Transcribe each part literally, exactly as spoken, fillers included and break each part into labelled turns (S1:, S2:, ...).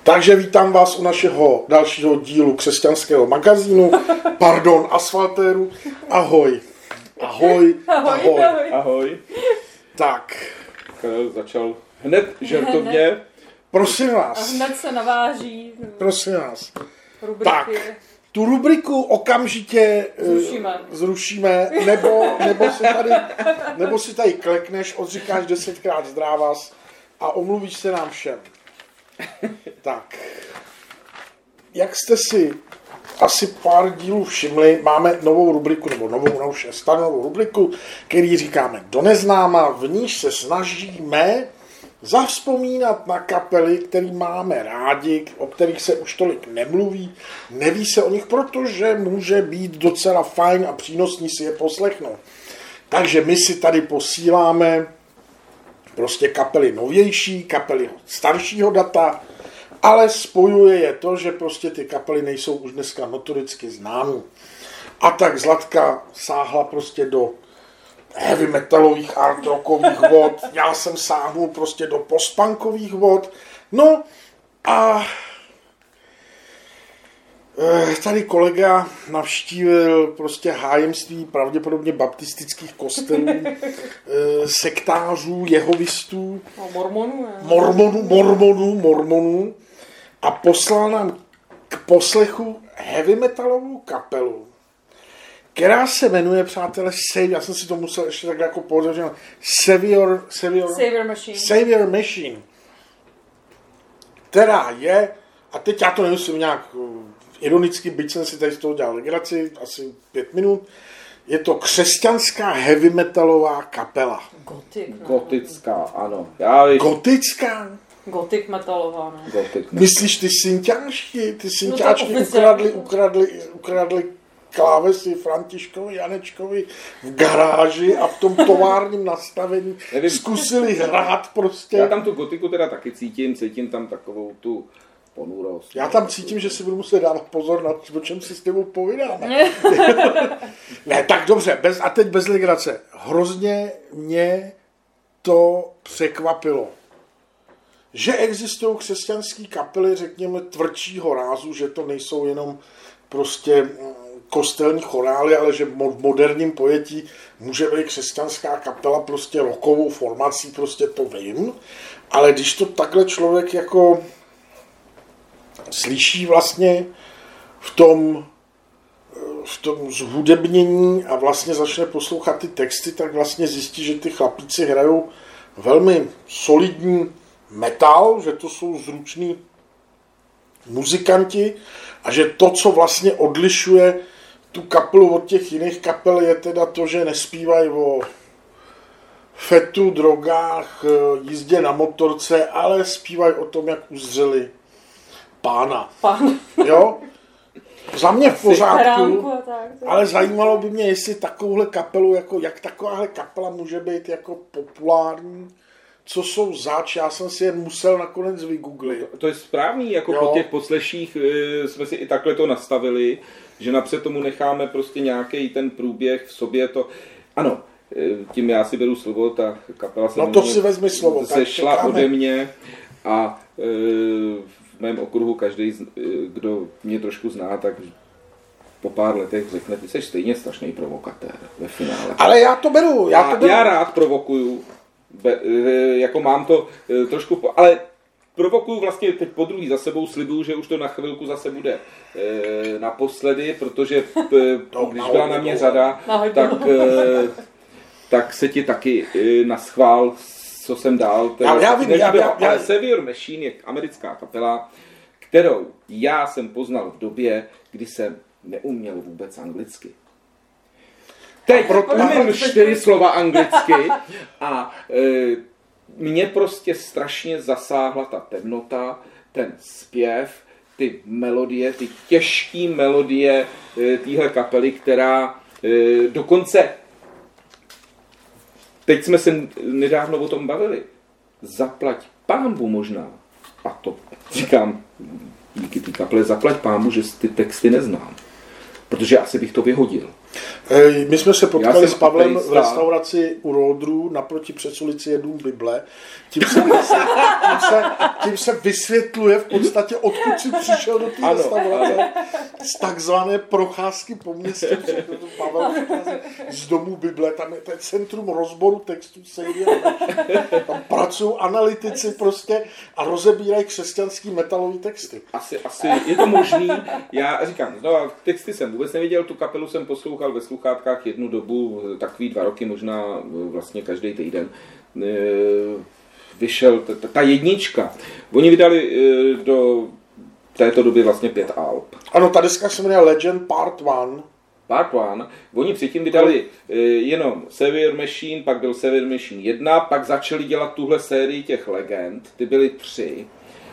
S1: Takže vítám vás u našeho dalšího dílu křesťanského magazínu, pardon, asfaltéru. Ahoj. Ahoj.
S2: Ahoj.
S1: Ahoj.
S2: Ahoj.
S3: Ahoj.
S1: Tak.
S3: Karel začal hned žertovně.
S1: Prosím vás.
S2: A hned se naváží.
S1: Prosím vás.
S2: Rubriky.
S1: Tak. Tu rubriku okamžitě
S2: zrušíme,
S1: zrušíme nebo, nebo, si tady, nebo si tady klekneš, odříkáš desetkrát zdrávas a omluvíš se nám všem. Tak. Jak jste si asi pár dílů všimli, máme novou rubriku, nebo novou, no už stanovou rubriku, který říkáme Do neznáma, v níž se snažíme zavzpomínat na kapely, který máme rádi, o kterých se už tolik nemluví, neví se o nich, protože může být docela fajn a přínosný si je poslechnout. Takže my si tady posíláme prostě kapely novější, kapely staršího data, ale spojuje je to, že prostě ty kapely nejsou už dneska notoricky známý. A tak Zlatka sáhla prostě do heavy metalových, art rockových vod, já jsem sáhnul prostě do postpunkových vod, no a tady kolega navštívil prostě hájemství pravděpodobně baptistických kostelů, sektářů, jehovistů,
S2: mormonů,
S1: mormonů, mormonů, mormonů a poslal nám k poslechu heavy metalovou kapelu, která se jmenuje, přátelé, Savior, já jsem si to musel ještě tak jako podržet, Savior, Savior,
S2: Savior Machine.
S1: Savior Machine, která je, a teď já to nemyslím nějak ironicky, byť jsem si tady z toho dělal legraci, asi pět minut, je to křesťanská heavy metalová kapela.
S2: Gotik. Ne?
S3: Gotická, ano. Já víš.
S1: Gotická?
S2: Gotik metalová, ne?
S3: Gotik.
S1: Myslíš ty synťáčky? Ty synťáčky
S2: No
S1: ukradli, ukradli, ukradli klávesy Františkovi, Janečkovi v garáži a v tom továrním nastavení
S3: Nevím.
S1: Zkusili hrát prostě.
S3: Já tam tu gotiku teda taky cítím, cítím tam takovou tu ponurost.
S1: Já tam cítím, že si budu muset dávat pozor na to, o čem si s tebou povídáme. Ne, tak dobře, bez, a teď bez legrace. Hrozně mě to překvapilo, že existují křesťanské kapely, řekněme, tvrdšího rázu, že to nejsou jenom prostě kostelní chorály, ale že v moderním pojetí může být křesťanská kapela prostě rockovou formací, prostě to vím, ale když to takhle člověk jako slyší vlastně v tom, v tom zhudebnění a vlastně začne poslouchat ty texty, tak vlastně zjistí, že ty chlapíci hrajou velmi solidní metal, že to jsou zruční muzikanti a že to, co vlastně odlišuje tu kapelu od těch jiných kapel, je teda to, že nespívají o fetu, drogách, jízdě na motorce, ale zpívají o tom, jak uzřeli pána.
S2: Pán.
S1: Jo? Za mě v pořádku,
S2: tak, tak.
S1: ale zajímalo by mě, jestli takovouhle kapelu, jako, jak takováhle kapela může být jako populární, co jsou zač, já jsem si je musel nakonec vygooglit.
S3: To, to je správný, jako
S1: jo.
S3: Po těch posleších e, jsme si i takhle to nastavili, že napřed tomu necháme prostě nějaký ten průběh v sobě to, ano, e, tím já si beru slovo, ta kapela se
S1: no to si vezmi slovo,
S3: se šla ode mě a e, v mém okruhu každý, kdo mě trošku zná, tak po pár letech řekne, ty jsi stejně strašný provokatér ve finále.
S1: Ale já to beru, já, já to beru.
S3: Já rád provokuju, be, jako mám to trošku, ale provokuju vlastně teď po druhý za sebou, slibuju, že už to na chvilku zase bude e, naposledy, protože p,
S1: to
S3: když byla na mě řada,
S2: Nahoj,
S3: tak, e, tak se ti taky e, naschvál, co jsem dál. Teda,
S1: já, já vím, já, já, já,
S3: ale Savior Machine je americká kapela, kterou já jsem poznal v době, kdy jsem neuměl vůbec anglicky. Teď umím čtyři slova anglicky a e, mě prostě strašně zasáhla ta temnota, ten zpěv, ty melodie, ty těžké melodie e, téhle kapely, která e, dokonce, teď jsme se nedávno o tom bavili, zaplať pánbu možná, a to říkám díky té kaple, zaplať pánbu, že ty texty neznám, protože asi bych to vyhodil.
S1: My jsme se potkali s Pavlem v restauraci u Rodru, naproti přes ulici je dům Bible. Tím se, tím se, tím se vysvětluje v podstatě, odkud si přišel do té restaurace z takzvané procházky po městě, to Pavel z domu Bible, tam je ten centrum rozboru textů Savior Machine. Tam pracují analytici prostě a rozebírají křesťanský metalový texty.
S3: Asi, asi je to možný. Já říkám, no, texty jsem vůbec neviděl, tu kapelu jsem poslouchal ve sluchátkách jednu dobu, takový dva roky, možná vlastně každý týden. Vyšel ta, ta jednička. Oni vydali do této doby vlastně pět alb.
S1: Ano, ta deska se jmenuje Legend Part one.
S3: Part one. Oni předtím vydali jenom Savior Machine, pak byl Savior Machine jedna, pak začali dělat tuhle sérii těch legend, ty byly tři.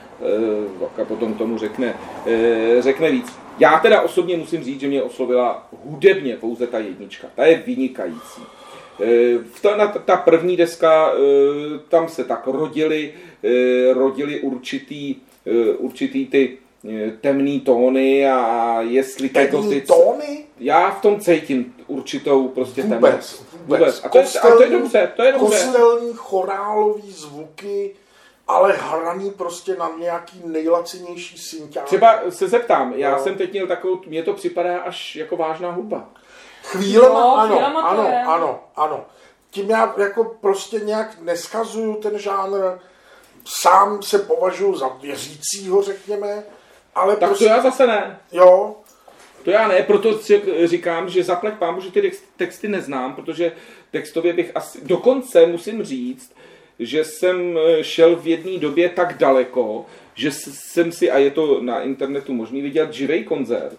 S3: A potom tomu řekne, řekne víc. Já teda osobně musím říct, že mě oslovila hudebně pouze ta jednička. Ta je vynikající. Ta, ta první deska, tam se tak rodily, rodily určitý, určitý ty temný tóny a jestli
S1: temný tóny?
S3: Já v tom cítím určitou prostě
S1: vůbec,
S3: temnost.
S1: Vůbec,
S3: vůbec. A, to je, a to je dobře, to je dobře.
S1: Kostelní, chorálový zvuky, ale hraný prostě na nějaký nejlacinější synťák.
S3: Třeba se zeptám, já
S1: no.
S3: jsem teď měl takovou, mně to připadá až jako vážná hudba.
S1: Chvílema,
S2: no,
S1: ano,
S2: chvílema
S1: ano,
S2: je.
S1: ano, ano. Tím já jako prostě nějak neskazuju ten žánr, sám se považuji za věřícího, řekněme, ale
S3: tak
S1: prostě...
S3: to já zase ne.
S1: Jo.
S3: To já ne, proto říkám, že zaplať pámu, že ty texty neznám, protože textově bych asi, dokonce musím říct, že jsem šel v jedné době tak daleko, že jsem si, a je to na internetu možný vidět, živej koncert.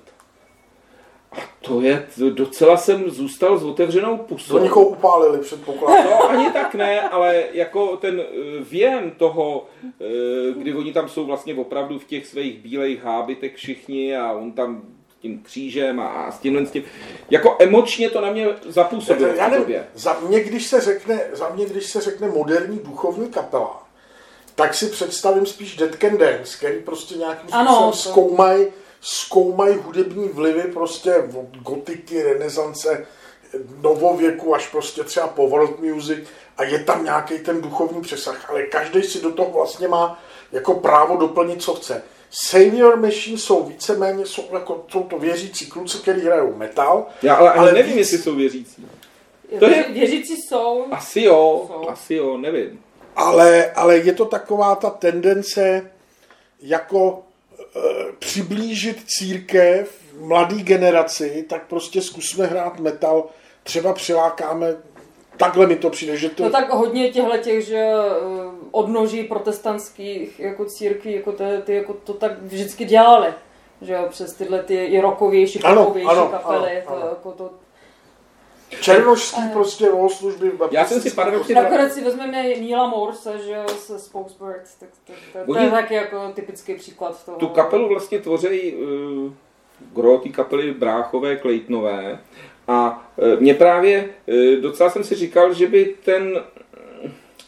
S3: A to je, docela jsem zůstal s otevřenou pusou.
S1: To někoho upálili, předpokládám.
S3: No, ani tak ne, ale jako ten věm toho, kdy oni tam jsou vlastně opravdu v těch svých bílejch hábitech všichni a on tam tím křížem a s tímhle s tím. Jako emočně to na mě zapůsobilo v té době.
S1: Za mě, když se řekne, za mě, když se řekne moderní duchovní kapela, tak si představím spíš Dead Can Dance, který prostě nějakým způsobem zkoumají zkoumaj hudební vlivy prostě od gotiky, renesance, novověku až prostě třeba po world music a je tam nějaký ten duchovní přesah, ale každý si do toho vlastně má jako právo doplnit, co chce. Savior Machine jsou víceméně, jsou, jako, jsou to věřící kluci, kteří hrajou metal.
S3: Já ale, ale
S1: ale
S3: nevím,
S1: víc...
S3: jestli jsou věřící.
S2: To je... Věřící jsou.
S3: Asi jo,
S2: jsou.
S3: asi jo, nevím.
S1: Ale, ale je to taková ta tendence jako e, přiblížit církev mladý generaci, tak prostě zkusme hrát metal, třeba přilákáme. Takhle mi to přijde, že to...
S2: No tak hodně těchto těch, že odnoží protestantských jako církví, jako ty, ty jako to tak vždycky dělali. Že jo, přes tyhle ty i rockovější, popovější kapely.
S1: Ano, ano.
S2: To, jako to...
S1: Černošský ano. prostě služby.
S3: Já jsem si paradoxně...
S2: Nakonec si vezmeme Neila Morse, že jo, se Spokesbirds, tak to, to, to, to je taky jako typický příklad toho.
S3: Tu kapelu vlastně tvoří uh, gro té kapely Bráchové, Claytonové. A uh, mě právě, uh, docela jsem si říkal, že by ten uh,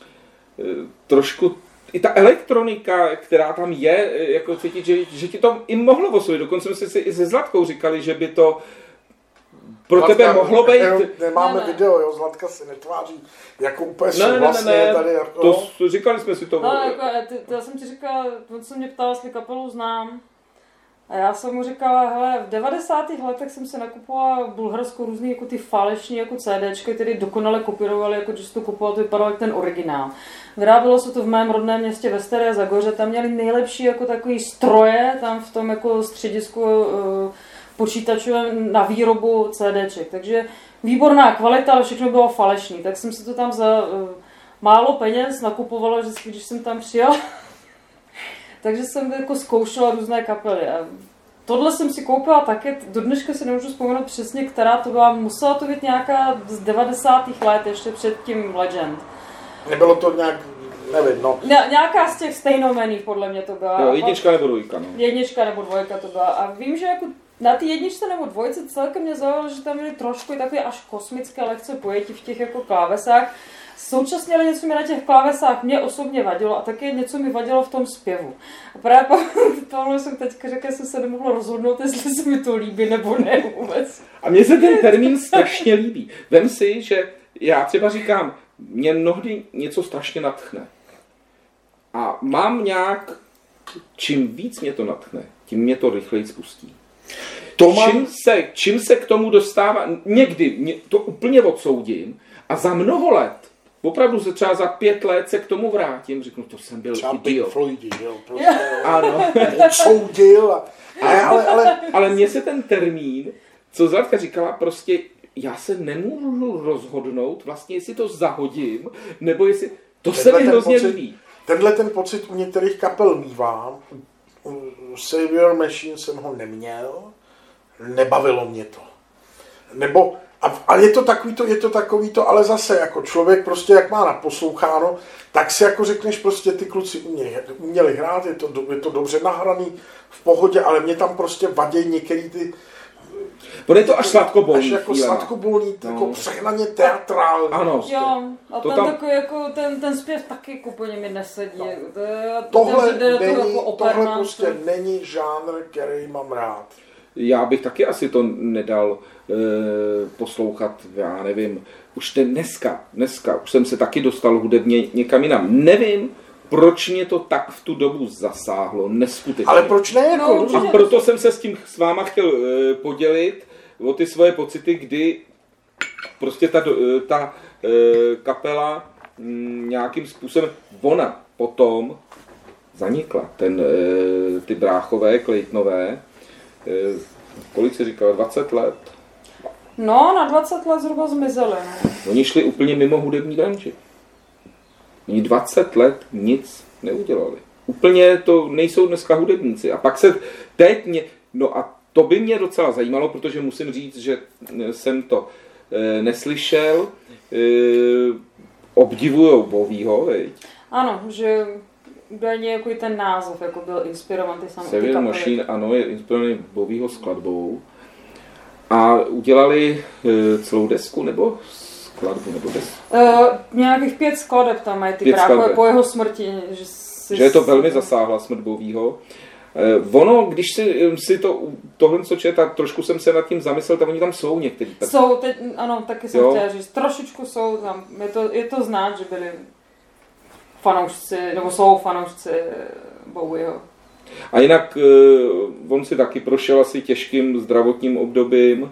S3: trošku, i ta elektronika, která tam je, jako cítit, že, že ti to i mohlo osvojit. Dokonce jsme si i se Zlatkou říkali, že by to pro
S1: Zlatka,
S3: tebe mohlo být...
S1: Nemáme
S2: ne, ne.
S1: video, jo, Zlatka si netváří jako úplně
S3: ne, ne,
S1: vlastně
S3: ne, ne,
S1: tady. Jako...
S3: To, říkali jsme si to.
S2: No, jako, ty, ty, já jsem ti říkala, on se mě ptal, jestli kapelu znám. A já jsem mu říkala, hele, v devadesátých letech jsem se nakupovala v Bulharsku různý jako ty falešní jako CDčky, které dokonale kopírovaly, jako když to kupoval, to vypadalo jak ten originál. Vyrábilo se to v mém rodném městě ve Staré Zagoře, tam měli nejlepší jako takový stroje, tam v tom jako středisku uh, počítačovém na výrobu CDček. Takže výborná kvalita, ale všechno bylo falešný. Tak jsem si to tam za uh, málo peněz nakupovala, vždycky, když jsem tam přijela. Takže jsem jako zkoušela různé kapely. A tohle jsem si koupila také, do dneška si nemůžu vzpomenout přesně, která to byla. Musela to být nějaká z devadesátých let, ještě před tím Legend.
S1: Nebylo to nějak, nevím, no.
S2: Ně, nějaká z těch stejnomenných podle mě to byla.
S3: Jo, jednička nebo dvojka, no.
S2: Jednička nebo dvojka to byla. A vím, že jako na té jedničce nebo dvojce celkem mě zaujalo, že tam byly trošku takové až kosmické lehce pojetí v těch jako klávesách. Současně ale něco mi na těch klávesách mě osobně vadilo a také něco mi vadilo v tom zpěvu. A právě tohle jsem teďka řekla, že jsem se nemohla rozhodnout, jestli se mi to líbí nebo ne vůbec.
S3: A mně se ten termín strašně líbí. Vem si, že já třeba říkám, mě mnohdy něco strašně nadchne. A mám nějak, čím víc mě to natchne, tím mě to rychleji spustí.
S1: To mám...
S3: čím, se, čím se k tomu dostává, někdy mě to úplně odsoudím a za mnoho let, opravdu se třeba za pět let se k tomu vrátím, řeknu, to jsem byl
S1: třeba
S3: idiot.
S1: Pink Floydi, jo, prostě
S3: ano.
S1: odsoudil. A... Ale, ale, ale...
S3: ale mně se ten termín, co Zlatka říkala, prostě já se nemůžu rozhodnout, vlastně jestli to zahodím, nebo jestli, to tenhle se mi hrozně líbí.
S1: Tenhle ten pocit u některých kapel mívám. U Savior Machine jsem ho neměl, nebavilo mě to. Nebo, a, a je to takový to, je to takový to, ale zase jako člověk prostě jak má naposloucháno, tak si jako řekneš prostě ty kluci uměli, uměli hrát, je to, je to dobře nahraný, v pohodě, ale mě tam prostě vadějí některý ty
S3: Bude to až sladkobolný.
S1: Až jako sladkobolný, no. Jako přehnaně teatrální.
S3: Ano.
S2: Jo, a
S3: to
S2: ten
S3: tam...
S2: takový jako ten, ten zpěv taky jako úplně mi nesedí. No. To je,
S1: tohle,
S2: to není,
S1: jako tohle prostě
S2: to...
S1: není žánr, který mám rád.
S3: Já bych taky asi to nedal e, poslouchat, já nevím, už ten dneska, dneska, už jsem se taky dostal hudebně někam jinam. Nevím, proč mě to tak v tu dobu zasáhlo, neskutečně.
S1: Ale proč ne? Jako,
S2: no,
S3: a proto jsem se s tím s váma chtěl e, podělit o ty svoje pocity, kdy prostě ta, ta e, kapela m, nějakým způsobem, ona potom zanikla, ten, e, ty bráchové, Claytonové, e, kolik se říkalo, dvacet let?
S2: No, na dvacet let zhruba zmizeli. No.
S3: Oni šli úplně mimo hudební branži. Oni dvacet let nic neudělali. Úplně to nejsou dneska hudebníci. A pak se teď mě, no a to by mě docela zajímalo, protože musím říct, že jsem to e, neslyšel. E, obdivujou Bowieho, veď?
S2: Ano, že údajně jako i ten název jako byl inspirovaný ty samé
S3: Savior Machine, ano, je inspirovaný Bowieho skladbou. A udělali e, celou desku, nebo skladbu, nebo desku?
S2: Uh, nějakých pět skladeb tam mají ty bráchové po jeho smrti. Že, si
S3: že je to velmi zasáhla smrt Bowieho. E, ono, když si, si to, tohle co čet, tak trošku jsem se nad tím zamyslel, tak oni tam jsou někteří. Tak...
S2: Jsou, teď, ano, taky jsem jo. chtěla říct, trošičku jsou tam, je to, je to znát, že byli fanoušci, nebo jsou fanoušci Bowieho.
S3: A jinak on si taky prošel asi těžkým zdravotním obdobím,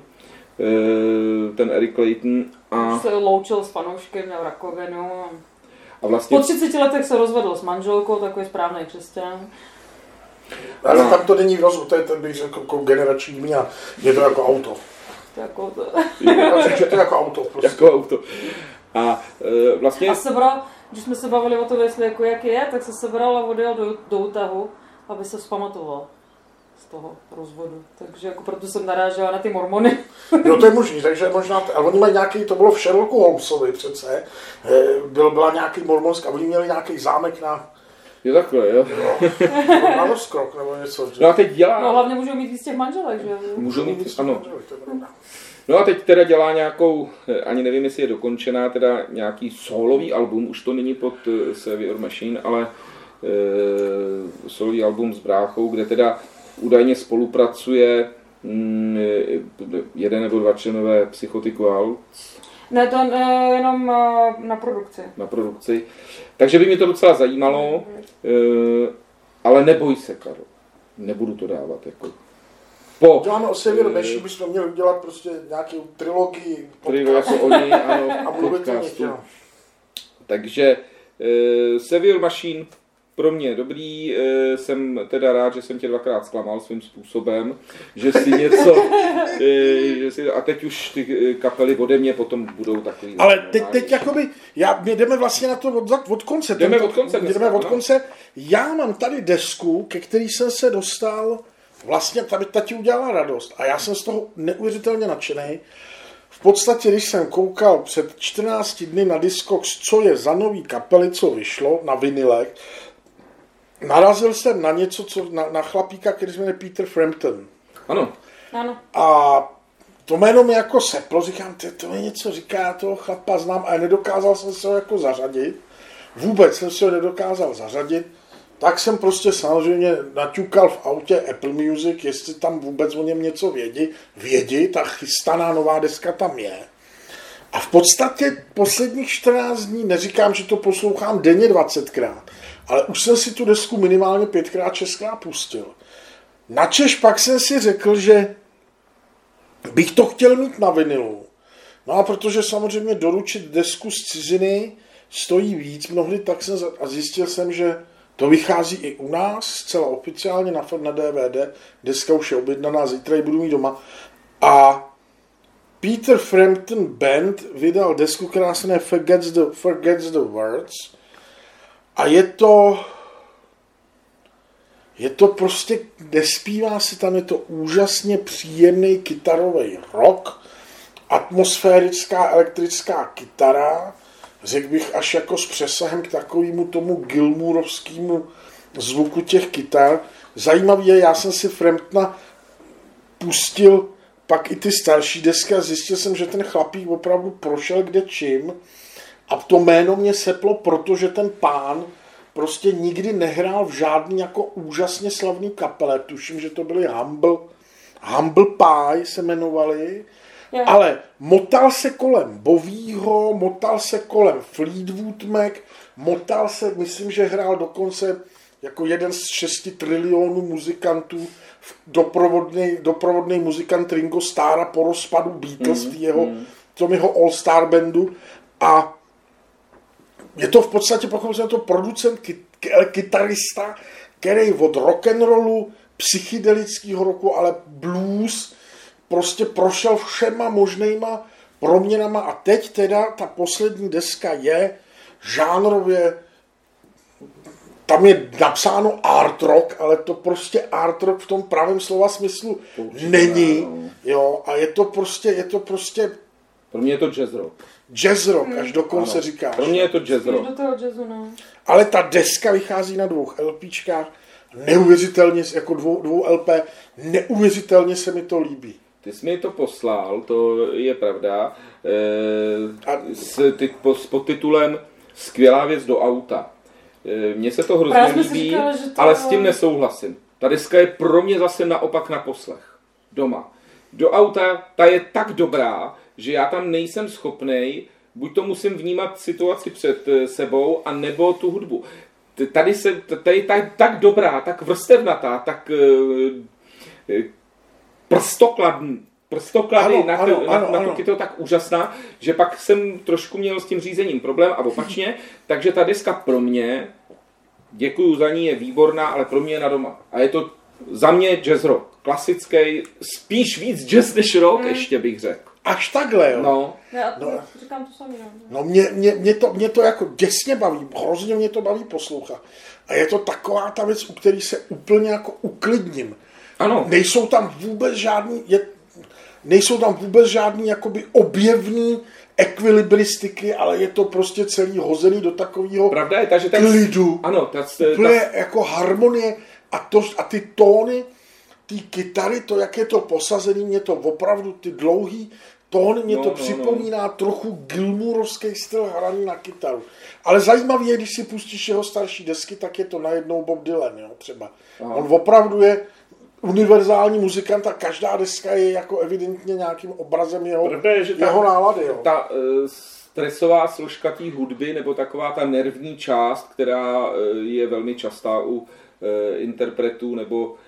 S3: ten Eric Clayton. A...
S2: Už se loučil s fanouškem, měl rakovinu.
S3: A vlastně...
S2: Po třiceti letech se rozvedl s manželkou, takový správný křesťan.
S1: Ale no. Tam to není rozvod, to je ten, bych řekl, jako generační změna. Je to jako auto.
S2: Jako to.
S1: Je to jako auto. Prostě.
S3: Jako auto. A e, vlastně...
S2: A sebral, když jsme se bavili o to, jestli jako jak je, tak se sebral a odjel do, do Utahu, aby se vzpamatoval z toho rozvodu. Takže jako proto jsem narážela na ty mormony.
S1: Jo, to je možný, takže možná, a oni mají nějaký, to bylo v Sherlocku Holmesovi přece, byl, byla nějaký mormonská, oni měli nějaký zámek na...
S3: Jo, takhle, jo.
S1: No, na rozkrok, nebo něco. Že?
S3: No a teď dělá...
S2: No hlavně můžou mít víc těch manželek, že?
S3: Můžou mít, víc ano. Manželek, no a teď teda dělá nějakou, ani nevím, jestli je dokončená, teda nějaký solový album, už to není pod uh, Savior Machine, ale uh, solový album s bráchou, kde teda údajně spolupracuje um, jeden nebo dva členové Psychotical Alts.
S2: Ne, to ne, jenom uh, na produkci.
S3: Na produkci. Takže by mě to docela zajímalo, uh, ale neboj se, Karol. Nebudu to dávat jako...
S1: Po, Děláme o Savior Machine, bychom měli udělat prostě nějakou trilogii
S3: podcastu. Jako oni, ano,
S1: a podcastu.
S3: Takže uh, Savior Machine pro mě dobrý, uh, jsem teda rád, že jsem tě dvakrát zklamal svým způsobem, že si něco, uh, že si, a teď už ty kapely ode mě potom budou takový...
S1: Ale teď, teď jakoby, já, my jdeme vlastně na to od, od konce.
S3: Jdeme od konce.
S1: Dneska, jdeme od konce. Já mám tady desku, ke který jsem se dostal. Vlastně tady tati udělala radost a já jsem z toho neuvěřitelně nadšený. V podstatě, když jsem koukal před čtrnácti dny na Discogs, co je za nový kapely, co vyšlo na vinilech, narazil jsem na něco, co, na, na chlapíka, který se jmenuje Peter Frampton.
S3: Ano.
S2: Ano.
S1: A to jméno mi jako seplo, říkám, to mi něco říká, toho chlapa znám, a nedokázal jsem se ho jako zařadit. Vůbec jsem se ho nedokázal zařadit. Tak jsem prostě samozřejmě naťukal v autě Apple Music, jestli tam vůbec o něm něco vědí. Vědí, ta chystaná nová deska tam je. A v podstatě posledních čtrnáct dní, neříkám, že to poslouchám denně dvacetkrát, ale už jsem si tu desku minimálně pětkrát, šestkrát pustil. Načež pak jsem si řekl, že bych to chtěl mít na vinilu. No a protože samozřejmě doručit desku z ciziny stojí víc mnohdy, tak jsem a zjistil jsem, že to vychází i u nás, zcela oficiálně na, na D V D. Deska už je objednaná, zítra ji budu mít doma. A Peter Frampton Band vydal desku, která se jmenuje Forgets the, Forgets the Words. A je to... Je to prostě, nespívá se tam, je to úžasně příjemný kytarový rock, atmosférická elektrická kytara, řekl bych až jako s přesahem k takovému tomu gilmourovskému zvuku těch kytar. Zajímavý je, já jsem si Framptona pustil pak i ty starší desky a zjistil jsem, že ten chlapík opravdu prošel kde čím a to jméno mě seplo, protože ten pán prostě nikdy nehrál v žádný jako úžasně slavný kapele. Tuším, že to byly Humble, Humble Pie se jmenovali, yeah. Ale motal se kolem Bowieho, motal se kolem Fleetwood Mac, motal se, myslím, že hrál dokonce jako jeden z šesti trilionů muzikantů, doprovodný, doprovodný muzikant Ringo Starra po rozpadu Beatles, mm, jeho, mm. tom jeho All-Star bandu a je to v podstatě, pokud jsem to producent, kytarista, který od rock'n'rollu, psychedelického roku, ale blues, prostě prošel všema možnýma proměnama a teď teda ta poslední deska je žánrově, tam je napsáno art rock, ale to prostě art rock v tom pravém slova smyslu Poučitě, není, no. Jo, a je to prostě, je to prostě
S3: pro mě je to jazz rock.
S1: Jazz rock, až dokonce říkáš.
S3: Pro mě je to jazz rock.
S2: Do toho jazzu, no.
S1: Ale ta deska vychází na dvou LPčkách, neuvěřitelně, jako dvou, dvou L P, neuvěřitelně se mi to líbí.
S3: Ty jsi mi to poslal, to je pravda, e, a s, ty, po, s podtitulem Skvělá věc do auta. E, mně se to hrozně líbí, říkala, to... ale s tím nesouhlasím. Ta deska je pro mě zase naopak na poslech. Doma. Do auta ta je tak dobrá, že já tam nejsem schopnej, buď to musím vnímat situaci před sebou, anebo tu hudbu. Tady se, tady je tak, tak dobrá, tak vrstevnatá, tak e, prstokladný, prstoklady
S1: ano,
S3: na,
S1: ano,
S3: to, na,
S1: ano,
S3: na
S1: ano.
S3: to kytaru tak úžasná, že pak jsem trošku měl s tím řízením problém a opačně, takže ta deska pro mě, děkuju za ní, je výborná, ale pro mě je na doma. A je to za mě jazz rock, klasický, spíš víc jazz než rock, hmm. ještě bych řekl.
S1: Až takhle, jo?
S3: No.
S2: Já
S1: no,
S2: říkám to samý, no.
S1: No mě, mě, mě, to, mě to jako děsně baví, hrozně mě to baví poslouchat. A je to taková ta věc, u který se úplně jako uklidním.
S3: Ano.
S1: Nejsou tam vůbec žádný, je, nejsou tam vůbec žádný jakoby objevný ekvilibristiky, ale je to prostě celý hozený do takového
S3: Pravda je ta, že ten
S1: klidu.
S3: Ano, ta,
S1: úplně
S3: ta,
S1: jako harmonie a, to, a ty tóny, ty kytary, to, jak je to posazený, mě to opravdu, ty dlouhý tóny, mě
S3: no,
S1: to
S3: no,
S1: připomíná
S3: no.
S1: trochu gilmourovský styl hraní na kytaru. Ale zajímavý je, když si pustíš jeho starší desky, tak je to najednou Bob Dylan, jo, třeba. Aha. On opravdu je univerzální muzikant a každá deska je jako evidentně nějakým obrazem jeho,
S3: Pravda, že ta,
S1: jeho nálady. Jo.
S3: Ta uh, stresová složka té hudby, nebo taková ta nervní část, která uh, je velmi častá u uh, interpretů nebo uh,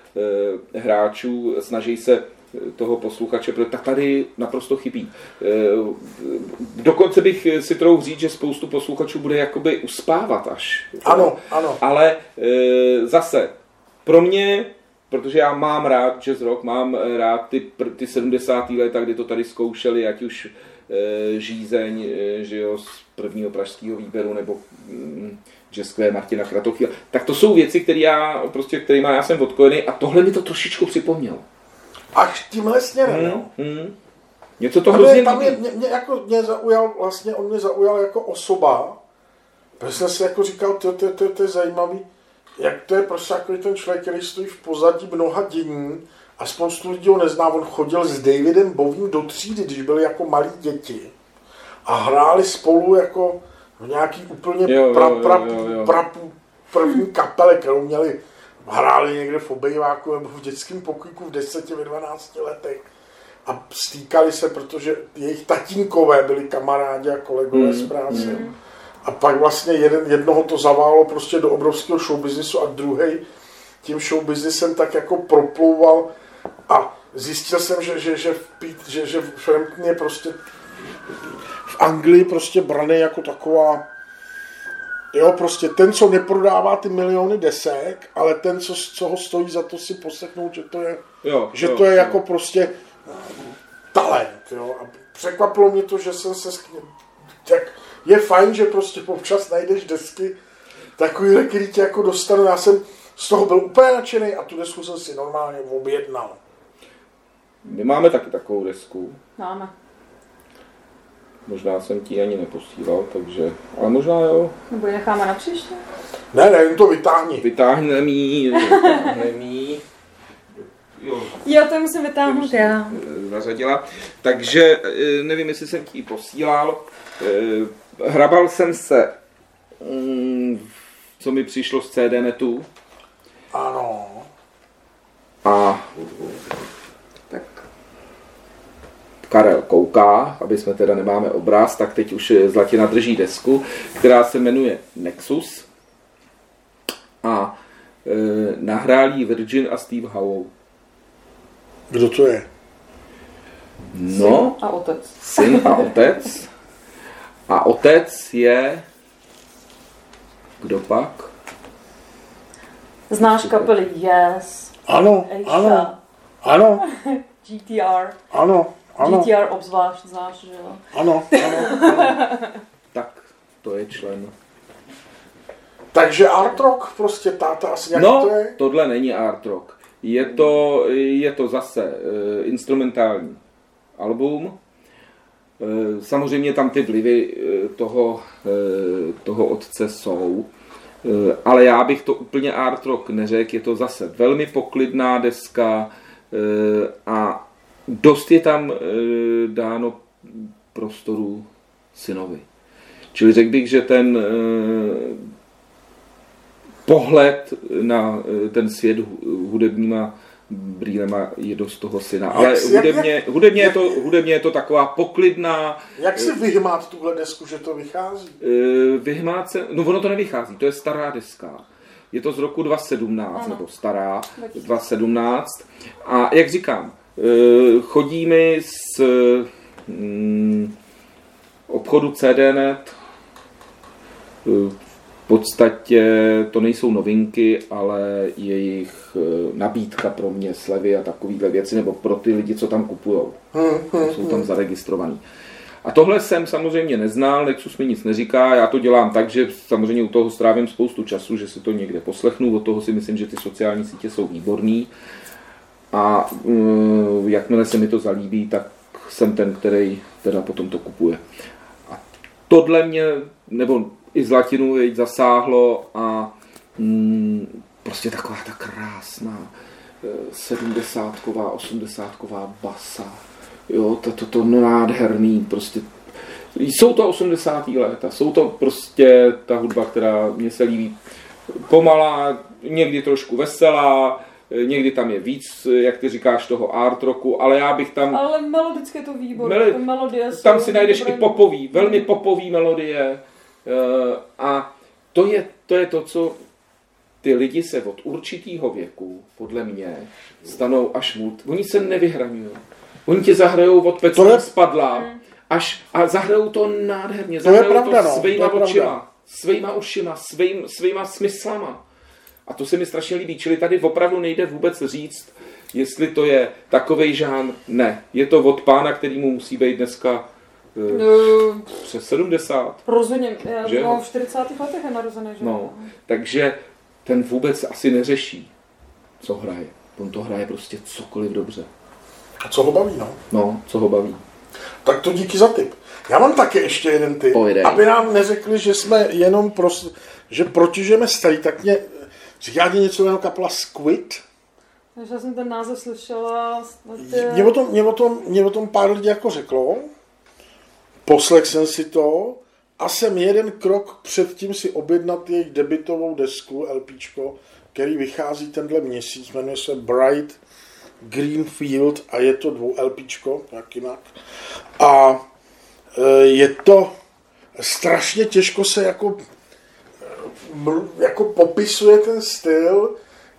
S3: hráčů, snaží se toho posluchače, protože tak tady naprosto chybí. Uh, dokonce bych si trochu říct, že spoustu posluchačů bude jakoby uspávat až.
S1: Ano, ano.
S3: Ale uh, zase, pro mě, protože já mám rád jazz rock, mám rád ty, ty sedmdesátá léta, kdy to tady zkoušeli, ať už e, Žízeň, e, že jo, z prvního pražského výběru, nebo mm, jazzové Martina Kratochvíla. Tak to jsou věci, které já, prostě, kterýma já jsem odkojený a tohle mi to trošičku připomnělo.
S1: Až tímhle směrem, hmm, jo?
S3: Hmm. Něco to hrozně
S1: tam je, mě, mě, jako, mě zaujal, vlastně on mě zaujal jako osoba, protože jsem si jako říkal, to, to, to, to je zajímavý, jak to je prostě takový ten člověk, který stojí v pozadí mnoha dění a spoustu lidí ho nezná. On chodil s Davidem Bowiem do třídy, když byli jako malí děti a hráli spolu jako v nějaký úplně
S3: jo,
S1: pra,
S3: jo,
S1: pra,
S3: jo, jo.
S1: pra, první kapele, kterou měli, hráli někde v obejváku nebo v dětském pokojíku v deseti, ve dvanácti letech. a stýkali se, protože jejich tatínkové byli kamarádi a kolegové mm. z práce. Mm. A pak vlastně jeden, jednoho to zaválo prostě do obrovského showbiznisu a druhej tím showbiznisem tak jako proplouval a zjistil jsem, že, že, že, v Pít, že, že Frampton je prostě v Anglii prostě braný jako taková, jo, prostě ten, co neprodává ty miliony desek, ale ten, co, co ho stojí za to si poslechnout, že to je, jo, že jo, to je jo. jako prostě talent, jo. A překvapilo mě to, že jsem se tak je fajn, že prostě občas najdeš desky takovýhle, který tě jako dostanu. Já jsem z toho byl úplně nadšený a tu desku jsem si normálně objednal.
S3: My máme taky takovou desku.
S2: Máme.
S3: Možná jsem ti ani neposílal, takže... Ale možná jo.
S2: Nebo ji necháme na příště?
S1: Ne, ne, jen to vytáhni.
S3: Vytáhneme ji, vytáhneme ji.
S2: Jo. jo, to musím vytáhnout já.
S3: Zařadila. Takže nevím, jestli jsem ti ji posílal. Hrabal jsem se, co mi přišlo z C D netu.
S1: Ano.
S3: A tak Karel kouká, aby jsme teda nemáme obraz, tak teď už Zlatina drží desku, která se jmenuje Nexus. A e, nahrálí Virgin a Steve Howe.
S1: Kdo to je?
S3: No,
S2: syn a otec.
S3: Syn a otec. A otec je... Kdo pak?
S2: Znáš kapely Yes?
S1: Ano,
S2: Aisha.
S1: ano, ano.
S2: G T R.
S1: Ano, ano.
S2: G T R obzvlášť znáš, že jo?
S1: Ano, ano, ano.
S3: Tak, to je člen.
S1: Takže art rock prostě, táta asi nějak
S3: no,
S1: to je?
S3: tohle není art rock. Je to, je to zase uh, instrumentální album. Uh, samozřejmě tam ty vlivy uh, toho, uh, toho otce jsou. Uh, ale já bych to úplně art rock neřekl. Je to zase velmi poklidná deska uh, a dost je tam uh, dáno prostoru synovi. Čili řekl bych, že ten uh, pohled na ten svět hudebníma brýlema je dost toho syna. Ale jak, hudebně, jak, hudebně, jak, je to, hudebně je to taková poklidná...
S1: Jak si vyhmát tuhle desku, že to vychází?
S3: Vyhmát se... No ono to nevychází, to je stará deska. Je to z roku dva tisíce sedmnáct, ano. Nebo stará, dva tisíce sedmnáct. A jak říkám, chodí mi z mm, obchodu C D tečka net. V podstatě to nejsou novinky, ale jejich nabídka pro mě, slevy a takovéhle věci, nebo pro ty lidi, co tam kupujou. Jsou tam zaregistrovaný. A tohle jsem samozřejmě neznal, Nexus mi nic neříká, já to dělám tak, že samozřejmě u toho strávím spoustu času, že si to někde poslechnu, od toho si myslím, že ty sociální sítě jsou výborný. A um, jakmile se mi to zalíbí, tak jsem ten, který teda potom to kupuje. A tohle mě, nebo i Zlatinu jej zasáhlo a mm, prostě taková ta krásná sedmdesátková, osmdesátková basa. Jo, to, to, to nádherný, prostě. Jsou to osmdesátá léta, jsou to prostě ta hudba, která mě se líbí. Pomalá, někdy trošku veselá, někdy tam je víc, jak ty říkáš, toho art rocku, ale já bych tam...
S2: Ale melodicky je to výborné.
S3: Meli...
S2: Melodie
S3: tam si najdeš i popový, velmi popový melodie. A to je, to je to, co ty lidi se od určitého věku, podle mě, stanou až mult. Oni se nevyhraňují. Oni tě zahrajou od pecka je... spadla až, a zahrajou to nádherně.
S1: To je
S3: zahrajou
S1: pravda,
S3: to
S1: no.
S3: svýma
S1: to je
S3: očima,
S1: pravda.
S3: svýma ušima, svým, svýma smyslama. A to se mi strašně líbí. Čili tady opravdu nejde vůbec říct, jestli to je takovej žánr. Ne. Je to od pána, kterýmu musí být dneska uh, přes sedmdesát.
S2: Rozhodně. Já v čtyřicátých letech je narozený, že?
S3: No, takže ten vůbec asi neřeší, co hraje. On to hraje prostě cokoliv dobře.
S1: A co ho baví, no?
S3: No, co ho baví.
S1: Tak to díky za tip. Já mám taky ještě jeden tip,
S3: Pojdej.
S1: Aby nám neřekli, že jsme jenom pros, že protižeme starý, tak mě říká ti něco jenom kapela Squid?
S2: Takže já jsem ten název slyšela. Ty...
S1: Mě, o tom, mě, o tom, mě o tom pár lidí jako řeklo, poslech jsem si to a jsem jeden krok před tím si objednat jejich debutovou desku, LPčko, který vychází tenhle měsíc, jmenuje se Bright Greenfield a je to dvou LPčko, jak jinak. A je to strašně těžko se jako, jako popisuje ten styl.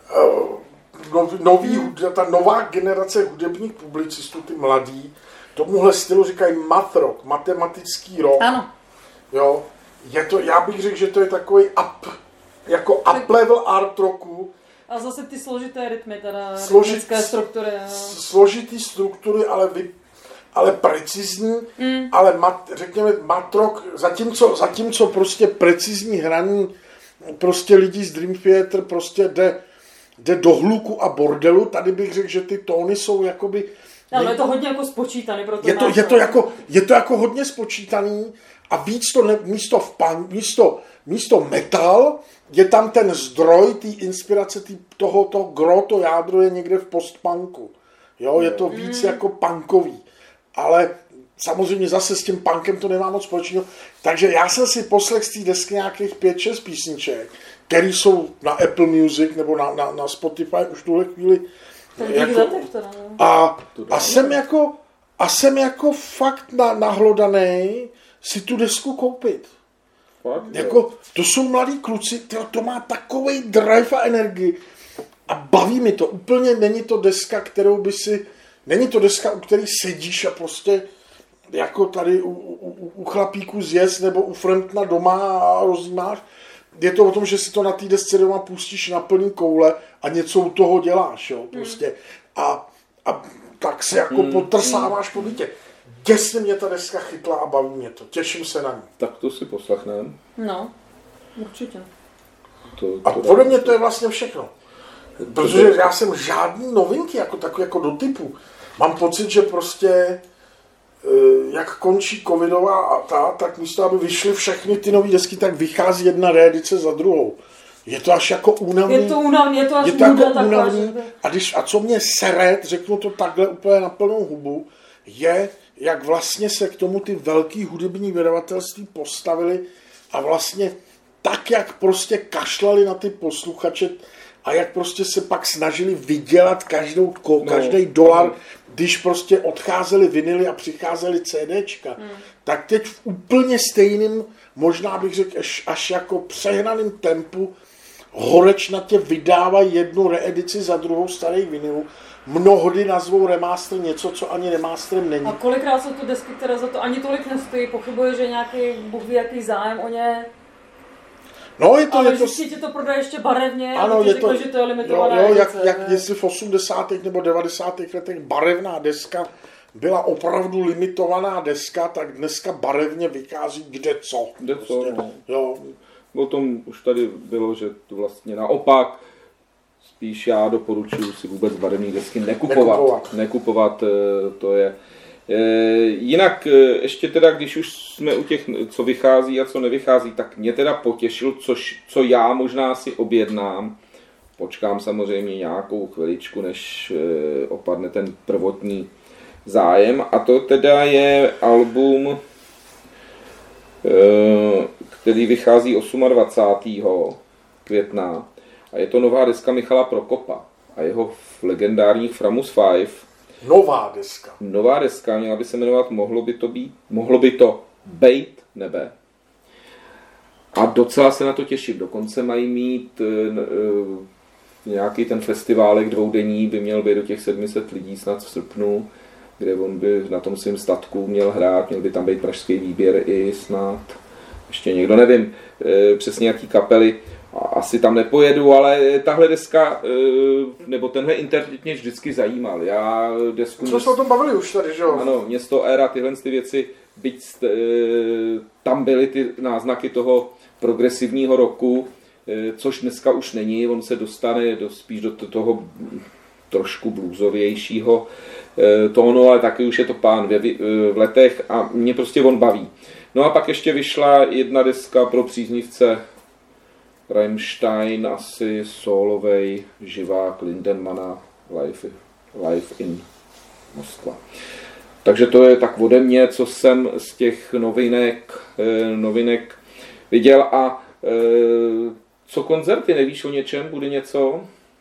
S1: Nový, ta nová generace hudebních publicistů, ty mladí, tomuhle stylu říkají math rock, matematický rock.
S2: Ano.
S1: Jo, je to, já bych řekl, že to je takový up, jako up level art rocku.
S2: A zase ty složité rytmy, teda
S1: Složit,
S2: rytmické struktury. Jo.
S1: Složitý struktury, ale, vy, ale precizní, mm. ale mat, řekněme math rock, zatímco, zatímco prostě precizní hraní prostě lidí z Dream Theater prostě jde jde do hluku a bordelu, tady bych řekl, že ty tóny jsou jakoby...
S2: Ale ne, je to hodně jako spočítaný. Proto
S1: je, to, je, to jako, je to jako hodně spočítaný a víc to ne, místo, v pan, místo, místo metal je tam ten zdroj té inspirace tý, toho, toho gro, to jádro je někde v postpunku. Jo, je to víc mm. jako punkový. Ale samozřejmě zase s tím punkem to nemá moc společného. Takže já jsem si poslech z té desky nějakých pět šest písniček, které jsou na Apple Music nebo na, na, na Spotify už tuhle chvíli. Jako, a, a, jsem jako, a jsem jako fakt na, nahlodaný si tu desku koupit.
S3: Fakt,
S1: jako, to jsou mladí kluci, tyjo, to má takovej drive a energii a baví mi to. Úplně není to deska, kterou by si, není to deska, u který sedíš a prostě jako tady u, u, u chlapíku zjezd nebo u Framptona doma a rozjímáš. Je to o tom, že si to na té desce doma pustíš na plný koule a něco u toho děláš, jo, prostě. A, a tak se jako mm, potrsáváš po bytě. Děsně mě ta deska chytla a baví mě to. Těším se na ní.
S3: Tak to si poslechneme.
S2: No, určitě.
S3: To, to
S1: a podle mě to je vlastně všechno. Protože já jsem žádný novinky jako takový jako do typu. Mám pocit, že prostě jak končí covidová a ta, tak místo, aby vyšly všechny ty nové desky, tak vychází jedna reedice za druhou. Je to až jako únavný.
S2: Je to únavný, je to až
S1: je to jako
S2: únavný.
S1: únavný. A, když, a co mě sere, řeknu to takhle úplně na plnou hubu, je, jak vlastně se k tomu ty velký hudební vydavatelství postavili a vlastně tak, jak prostě kašlali na ty posluchače a jak prostě se pak snažili vydělat každou, no, každý dolar, no. Když prostě odcházely vinily a přicházely CDčka, hmm. tak teď v úplně stejným, možná bych řekl až, až jako přehnaným tempu, horečnatě vydávají jednu reedici za druhou starých vinylů. Mnohdy nazvou remaster něco, co ani remasterem není.
S2: A kolikrát jsou to desky, které za to ani tolik nestojí, pochybuje, že nějaký, Bůh ví, jaký zájem o ně.
S1: No, je to,
S2: ale
S1: je to...
S2: vždycky ti to prodaje ještě barevně,
S1: ano,
S2: a
S1: je
S2: řekl,
S1: to,
S2: že to je limitovaná
S1: jo, jo,
S2: edice.
S1: Jak, jak jestli v osmdesátých nebo devadesátých letech barevná deska byla opravdu limitovaná deska, tak dneska barevně vychází kde co.
S3: Kde
S1: prostě,
S3: co, no.
S1: Jo.
S3: O tom už tady bylo, že to vlastně naopak, spíš já doporučuji si vůbec barevné desky nekupovat. Nekupovat, nekupovat to je... Jinak ještě teda, když už jsme u těch, co vychází a co nevychází, tak mě teda potěšil, což, co já možná si objednám. Počkám samozřejmě nějakou chviličku, než opadne ten prvotní zájem. A to teda je album, který vychází dvacátého osmého května. A je to nová deska Michala Prokopa a jeho legendárních Framus Five.
S1: Nová deska.
S3: Nová deska, měla by se jmenovat Mohlo by to být, mohlo by to bejt nebe. A docela se na to těším. Dokonce mají mít uh, nějaký ten festiválek dvoudenní, by měl být do těch sedm set lidí snad v srpnu, kde on by na tom svém statku měl hrát, měl by tam být pražský výběr i snad. Ještě někdo, nevím uh, přesně jaký kapely. Asi tam nepojedu, ale tahle deska, nebo tenhle interpret mě vždycky zajímal. Já desku...
S1: Co jsme o tom bavili už tady, že jo?
S3: Ano, Město éra, tyhle ty věci, byť tam byly ty náznaky toho progresivního roku, což dneska už není, on se dostane do, spíš do toho trošku bluesovějšího tónu, ale taky už je to pán v letech a mě prostě on baví. No a pak ještě vyšla jedna deska pro příznivce Rammstein, asi solovej živák Lindemana, Life, Life in Moskva. Takže to je tak ode mě, co jsem z těch novinek, novinek viděl. A co koncerty, nevíš o něčem? Bude něco?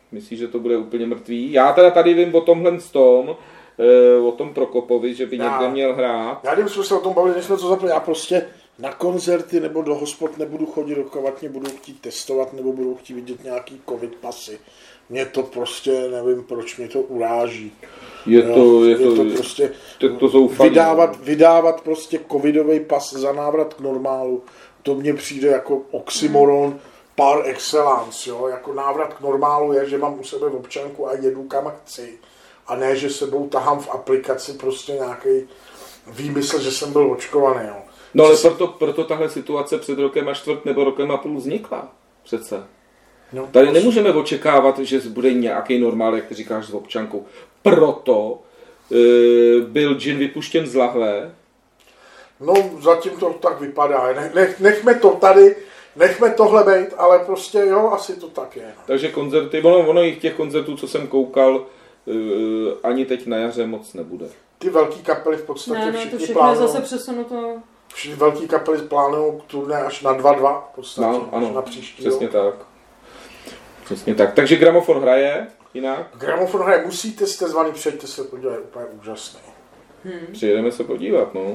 S3: Myslíš, že to bude úplně mrtvý? Já teda tady vím o tomhle z tom, o tom Prokopovi, že by já, někde měl hrát.
S1: Já nevím, se o tom bavili, než jsme to zapli. Já prostě na koncerty nebo do hospod nebudu chodit, dokud mě budou chtít testovat nebo budou chtít vidět nějaký covid pasy. Mě to prostě, nevím, proč mě to uráží.
S3: Je to, je,
S1: je
S3: to,
S1: to prostě
S3: to, to zoufalý,
S1: vydávat, vydávat prostě covidový pas za návrat k normálu. To mně přijde jako oxymoron par excellence. Jo? Jako návrat k normálu je, že mám u sebe občanku a jedu kam chci. A ne, že sebou tahám v aplikaci prostě nějaký výmysl, že jsem byl očkovaný. Jo.
S3: No ale proto, proto tahle situace před rokem a čtvrt nebo rokem a půl vznikla. Přece. No, tady prostě nemůžeme očekávat, že bude nějaký normál, jak ty říkáš, s občankou. Proto e, byl džin vypuštěn z lahve.
S1: No, zatím to tak vypadá. Nech, nechme to tady, nechme tohle být, ale prostě jo, asi to tak je.
S3: Takže koncerty, ono, ono jich těch koncertů, co jsem koukal, e, ani teď na jaře moc nebude.
S1: Ty velký kapely v podstatě
S2: ne, ne,
S1: všichni
S2: to všechno
S1: plánují.
S2: Je zase přesunuto.
S1: Všichni velký kapely plánují turné až na dva dva v podstatě,
S3: no, ano,
S1: na příští
S3: přesně
S1: rok.
S3: tak. Přesně tak. Takže gramofon hraje jinak?
S1: Gramofon hraje, musíte, jste zvaný, přejďte se podívat, je úplně úžasný.
S3: Hmm. Přijedeme se podívat, no.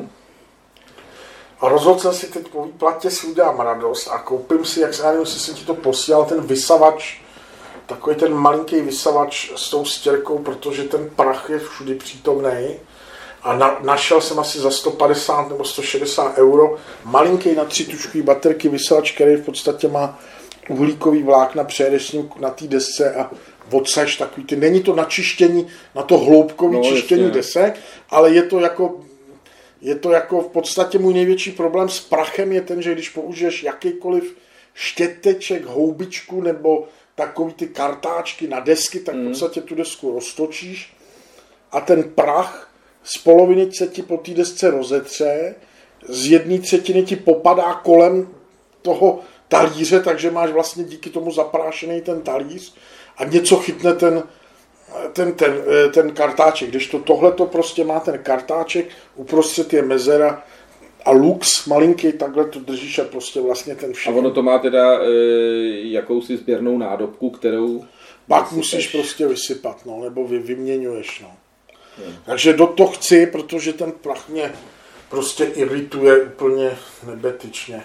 S1: A rozhodl jsem si teď po výplatě si udělám radost a koupím si, jak se nevím, jestli jsem ti to posílal, ten vysavač, takový ten malinký vysavač s tou stěrkou, protože ten prach je všudy přítomný. A na, našel jsem asi za sto padesát nebo sto šedesát euro malinký na tři tučkový baterky vysavač, který v podstatě má uhlíkový vlákna, přejedeš s ním na té desce a odsaď takový ty. Není to na čištění, na to hloubkový no, čištění jasně. desek, ale je to jako je to jako v podstatě můj největší problém s prachem je ten, že když použiješ jakýkoliv štěteček, houbičku nebo takový ty kartáčky na desky, tak v podstatě tu desku roztočíš a ten prach z poloviny se ti po té desce rozetře, z jedné třetiny ti popadá kolem toho talíře, takže máš vlastně díky tomu zaprášený ten talíř a něco chytne ten, ten, ten, ten kartáček. Když to tohle to prostě má ten kartáček, uprostřed je mezera a lux malinký, takhle to držíš a prostě vlastně ten všechno.
S3: A ono to má teda e, jakousi sběrnou nádobku, kterou
S1: pak vysypeš. Musíš prostě vysypat, no, nebo vy, vyměňuješ, no. Hmm. Takže do toho chci, protože ten prach mě prostě irituje úplně nebetyčně.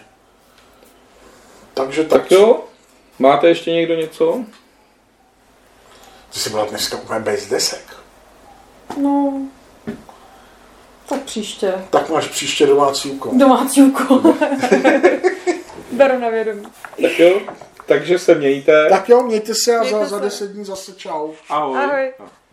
S1: Takže tak.
S3: Tak jo, máte ještě někdo něco?
S1: Ty jsi byla dneska úplně bez desek.
S2: No, tak příště.
S1: Tak máš příště domácí úkol.
S2: Domácí úkol. Beru na vědomí.
S3: Tak jo, takže se mějte.
S1: Tak jo, mějte se a
S2: mějte
S1: za,
S2: se.
S1: za deset dní zase čau.
S3: Ahoj.
S2: Ahoj.